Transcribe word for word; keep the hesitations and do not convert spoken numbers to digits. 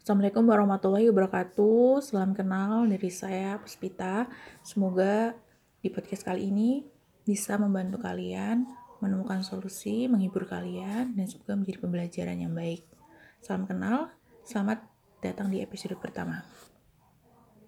Assalamualaikum warahmatullahi wabarakatuh. Salam kenal dari saya Puspita. Semoga di podcast kali ini bisa membantu kalian menemukan solusi, menghibur kalian, dan semoga menjadi pembelajaran yang baik. Salam kenal, selamat datang di episode pertama.